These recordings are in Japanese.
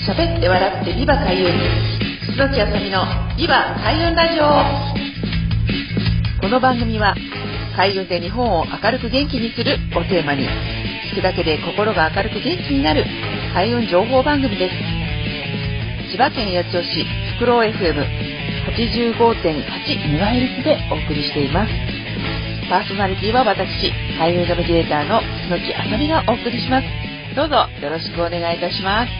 喋って笑ってビバ開運、楠木あさみのビバ開運ラジオ。この番組は開運で日本を明るく元気にするをテーマに、聞くだけで心が明るく元気になる開運情報番組です。千葉県八千代市フクロウ FM85.8 メガヘルツでお送りしています。パーソナリティは私、開運ナビゲーターの楠木あさみがお送りします。どうぞよろしくお願いいたします。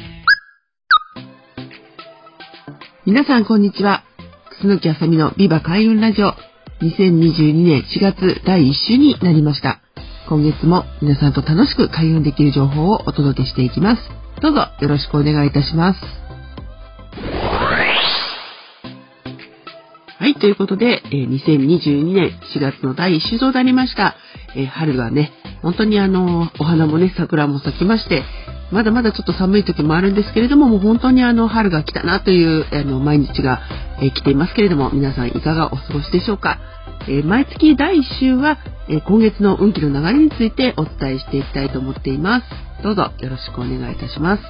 皆さんこんにちは。楠木あさみのビバ開運ラジオ、2022年4月第1週になりました。今月も皆さんと楽しく開運できる情報をお届けしていきます。どうぞよろしくお願いいたします。はい、ということで、2022年4月の第1週となりました。春がね、本当にお花もね、桜も咲きまして、まだまだちょっと寒い時もあるんですけれども、もう本当に春が来たなという毎日が、来ていますけれども、皆さんいかがお過ごしでしょうか。毎月第1週は、今月の運気の流れについてお伝えしていきたいと思っています。どうぞよろしくお願いいたします。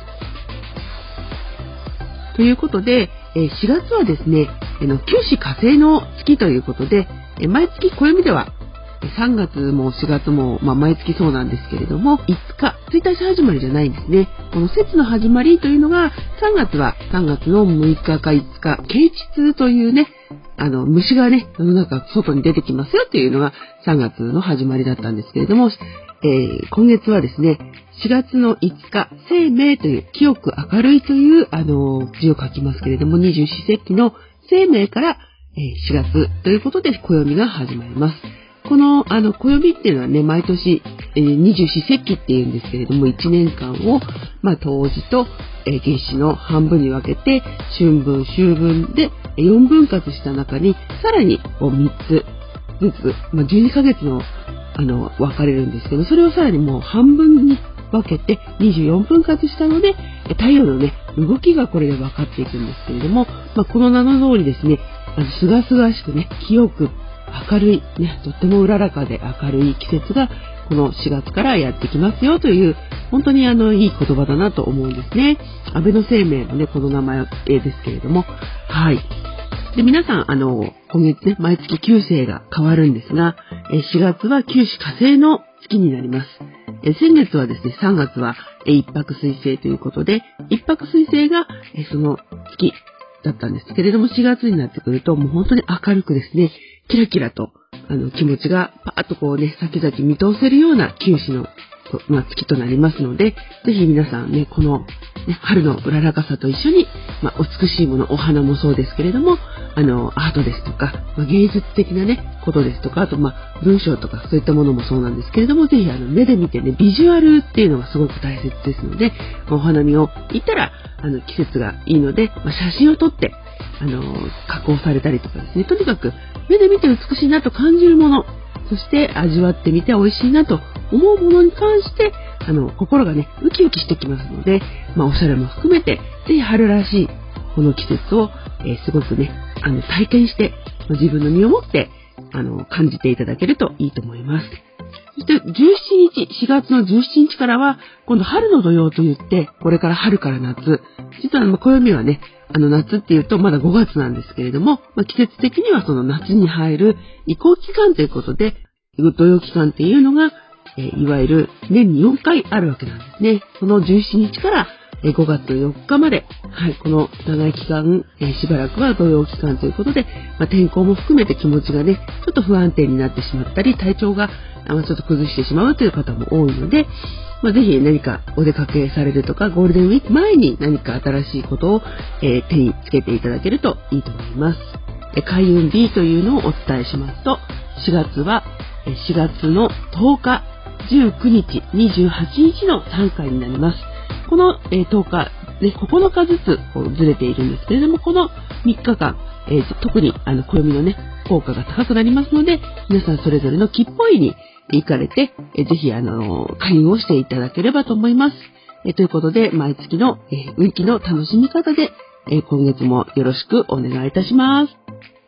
ということで、4月はですね、九死火星の月ということで、毎月暦では3月も4月も、毎月そうなんですけれども、1日始まりじゃないんですね。この節の始まりというのが、3月は3月の6日か5日、啓蟄というね、虫がね、世の中外に出てきますよというのが3月の始まりだったんですけれども、今月はですね、4月の5日、生命という清く明るいという字を書きますけれども、二十四節気の生命から4月ということで暦が始まります。この暦っていうのはね、毎年二十四節気っていうんですけれども、1年間を冬至と夏至の半分に分けて、春分秋分で4分割した中にさらに3つずつ、12ヶ月の分かれるんですけど、それをさらにもう半分に分けて24分割したので、太陽のね、動きがこれで分かっていくんですけれども、この名の通りですね、すがすがしくね、清く明るい、ね、とってもうららかで明るい季節がこの4月からやってきますよという、本当にいい言葉だなと思うんですね。安倍の生命のね、この名前ですけれども、はい。で、皆さん、今月ね、毎月九星が変わるんですが、4月は九死火星の月になります。先月はですね、3月は一白水星ということで、一白水星がその月だったんですけれども、4月になってくると、もう本当に明るくですね、キラキラと気持ちがパーッとこうね、先々見通せるような九死の月となりますので、ぜひ皆さんね、この、ね、春のうららかさと一緒に、お美しいもの、お花もそうですけれども、アートですとか、芸術的なね、ことですとか、あと文章とかそういったものもそうなんですけれども、ぜひ目で見てね、ビジュアルっていうのがすごく大切ですので、お花見を行ったら、季節がいいので、写真を撮って、加工されたりとかですね、とにかく目で見て美しいなと感じるもの、そして味わってみて美味しいなと思うものに関して、心がね、ウキウキしてきますので、おしゃれも含めて、ぜひ春らしいこの季節を、すごくね、体験して、自分の身をもって、感じていただけるといいと思います。そして17日、4月の17日からは、今度春の土曜といって、これから春から夏。実は暦はね、夏っていうとまだ5月なんですけれども、季節的にはその夏に入る移行期間ということで、土曜期間っていうのが、いわゆる年に4回あるわけなんですね。その17日から5月4日まで、はい、この長い期間、しばらくは土曜期間ということで、天候も含めて気持ちがね、ちょっと不安定になってしまったり、体調がちょっと崩してしまうという方も多いので、ぜひ何かお出かけされるとか、ゴールデンウィーク前に何か新しいことを、手につけていただけるといいと思います。開運日というのをお伝えしますと、4月は4月の10日、19日、28日の3回になります。この10日、9日ずつずれているんですけれども、この3日間、特に暦のね、効果が高くなりますので、皆さんそれぞれの木っぽいに行かれて、ぜひ開運をしていただければと思います。ということで、毎月の運気の楽しみ方で、今月もよろしくお願いいたします。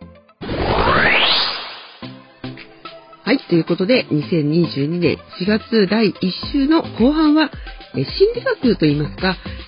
はい、ということで、2022年4月第1週の後半は、心理学といいますか、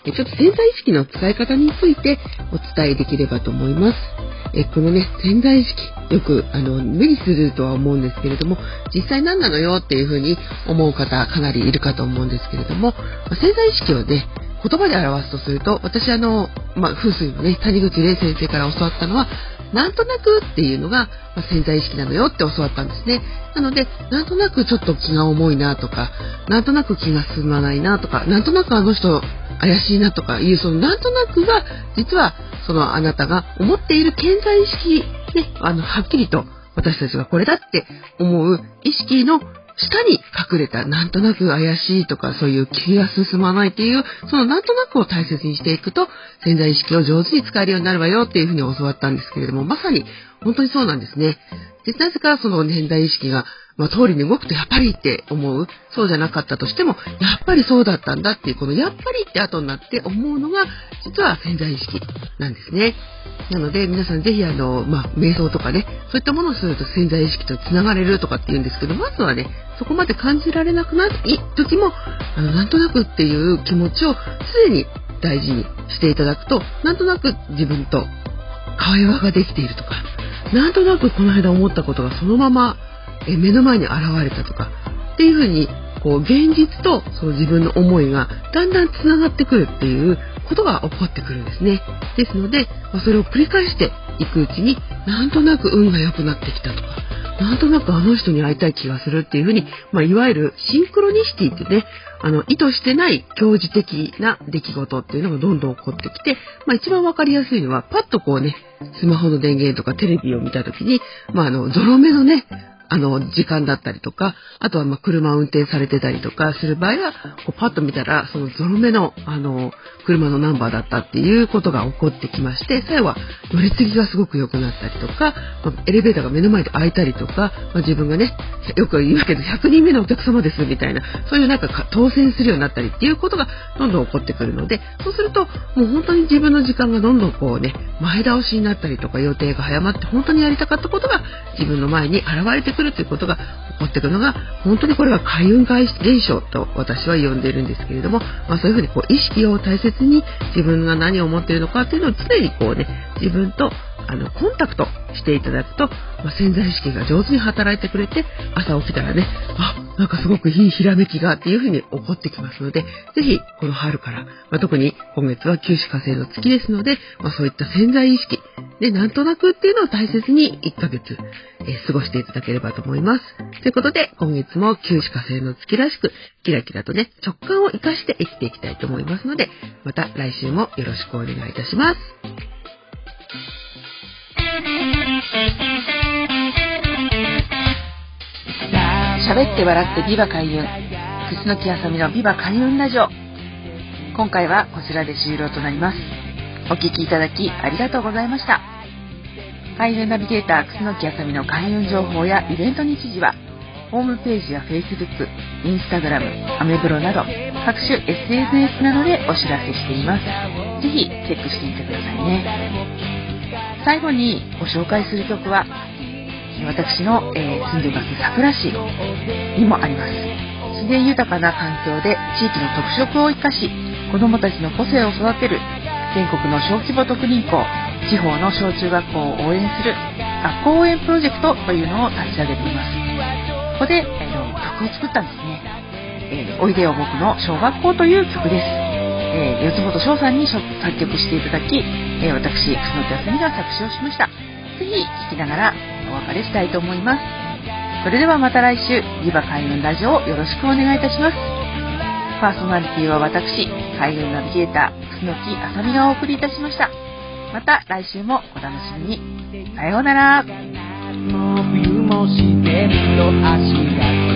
ちょっと潜在意識の使い方についてお伝えできればと思います。このね、潜在意識、よく目にするとは思うんですけれども、実際何なのよっていうふうに思う方かなりいるかと思うんですけれども、潜在意識をね、言葉で表すとすると、私風水のね、谷口玲先生から教わったのは、なんとなくっていうのが、潜在意識なのよって教わったんですね。なので、なんとなくちょっと気が重いなとか、なんとなく気が進まないなとか、なんとなくあの人怪しいなとかいう、そのなんとなくが、実はそのあなたが思っている潜在意識ね、はっきりと私たちがこれだって思う意識の下に隠れたなんとなく怪しいとか、そういう気が進まないっていう、そのなんとなくを大切にしていくと、潜在意識を上手に使えるようになるわよっていうふうに教わったんですけれども、まさに本当にそうなんですね。で、なぜかその潜在意識が通りに動くとやっぱりって思う。そうじゃなかったとしても、やっぱりそうだったんだっていう、このやっぱりって後になって思うのが、実は潜在意識なんですね。なので、皆さんぜひ瞑想とかね、そういったものをすると潜在意識と繋がれるとかって言うんですけど、まずはね、そこまで感じられなくない時も、なんとなくっていう気持ちを常に大事にしていただくと、なんとなく自分と会話ができているとか、なんとなくこの間思ったことがそのまま目の前に現れたとかっていうふうに、現実とその自分の思いがだんだんつながってくるっていうことが起こってくるんですね。ですので、それを繰り返していくうちに、なんとなく運が良くなってきたとか、なんとなくあの人に会いたい気がするっていうふうに、いわゆるシンクロニシティってね、意図してない教示的な出来事っていうのがどんどん起こってきて、一番わかりやすいのは、パッとスマホの電源とかテレビを見たときに、ゾロ目のね、時間だったりとか、あとは車を運転されてたりとかする場合は、パッと見たら、そのゾロ目の、車のナンバーだったっていうことが起こってきまして、最後は乗り継ぎがすごく良くなったりとか、エレベーターが目の前で開いたりとか、自分がね、よく言うけど、100人目のお客様ですみたいな、そういう当選するようになったりっていうことがどんどん起こってくるので、そうすると、もう本当に自分の時間がどんどん前倒しになったりとか、予定が早まって、本当にやりたかったことが自分の前に現れてくるということが起こってくるのが、本当にこれは開運現象と私は呼んでいるんですけれども、そういうふうに意識を大切に自分が何を思っているのかっていうのを常に自分とコンタクトしていただくと、潜在意識が上手に働いてくれて、朝起きたらね、なんかすごくいいひらめきがっていうふうに起こってきますので、ぜひこの春から、特に今月は九死火星の月ですので、そういった潜在意識でなんとなくっていうのを大切に1ヶ月、過ごしていただければと思います。ということで、今月も九死火星の月らしくキラキラとね、直感を生かして生きていきたいと思いますので、また来週もよろしくお願いいたします。喋って笑ってビバ開運、楠木あさみのビバ開運ラジオ。今回はこちらで終了となります。お聞きいただきありがとうございました。開運ナビゲーター楠木あさみの開運情報やイベント日時はホームページや Facebook、Instagram、アメブロなど各種 SNS などでお知らせしています。ぜひチェックしてみてくださいね。最後にご紹介する曲は私の、住んでいます佐倉市にもあります。自然豊かな環境で地域の特色を生かし、子どもたちの個性を育てる全国の小規模特任校、地方の小中学校を応援する学校応援プロジェクトというのを立ち上げています。ここで、曲を作ったんですね。おいでよ僕の小学校という曲です。四つ本翔さんに作曲していただき、私、楠木あさみが作詞をしました。ぜひ聴きながらお別れしたいと思います。それではまた来週、ビバ開運ラジオをよろしくお願いいたします。パーソナリティは私、開運ナビゲーター、楠木あさみがお送りいたしました。また来週もお楽しみに。さようなら。冬も自然の足が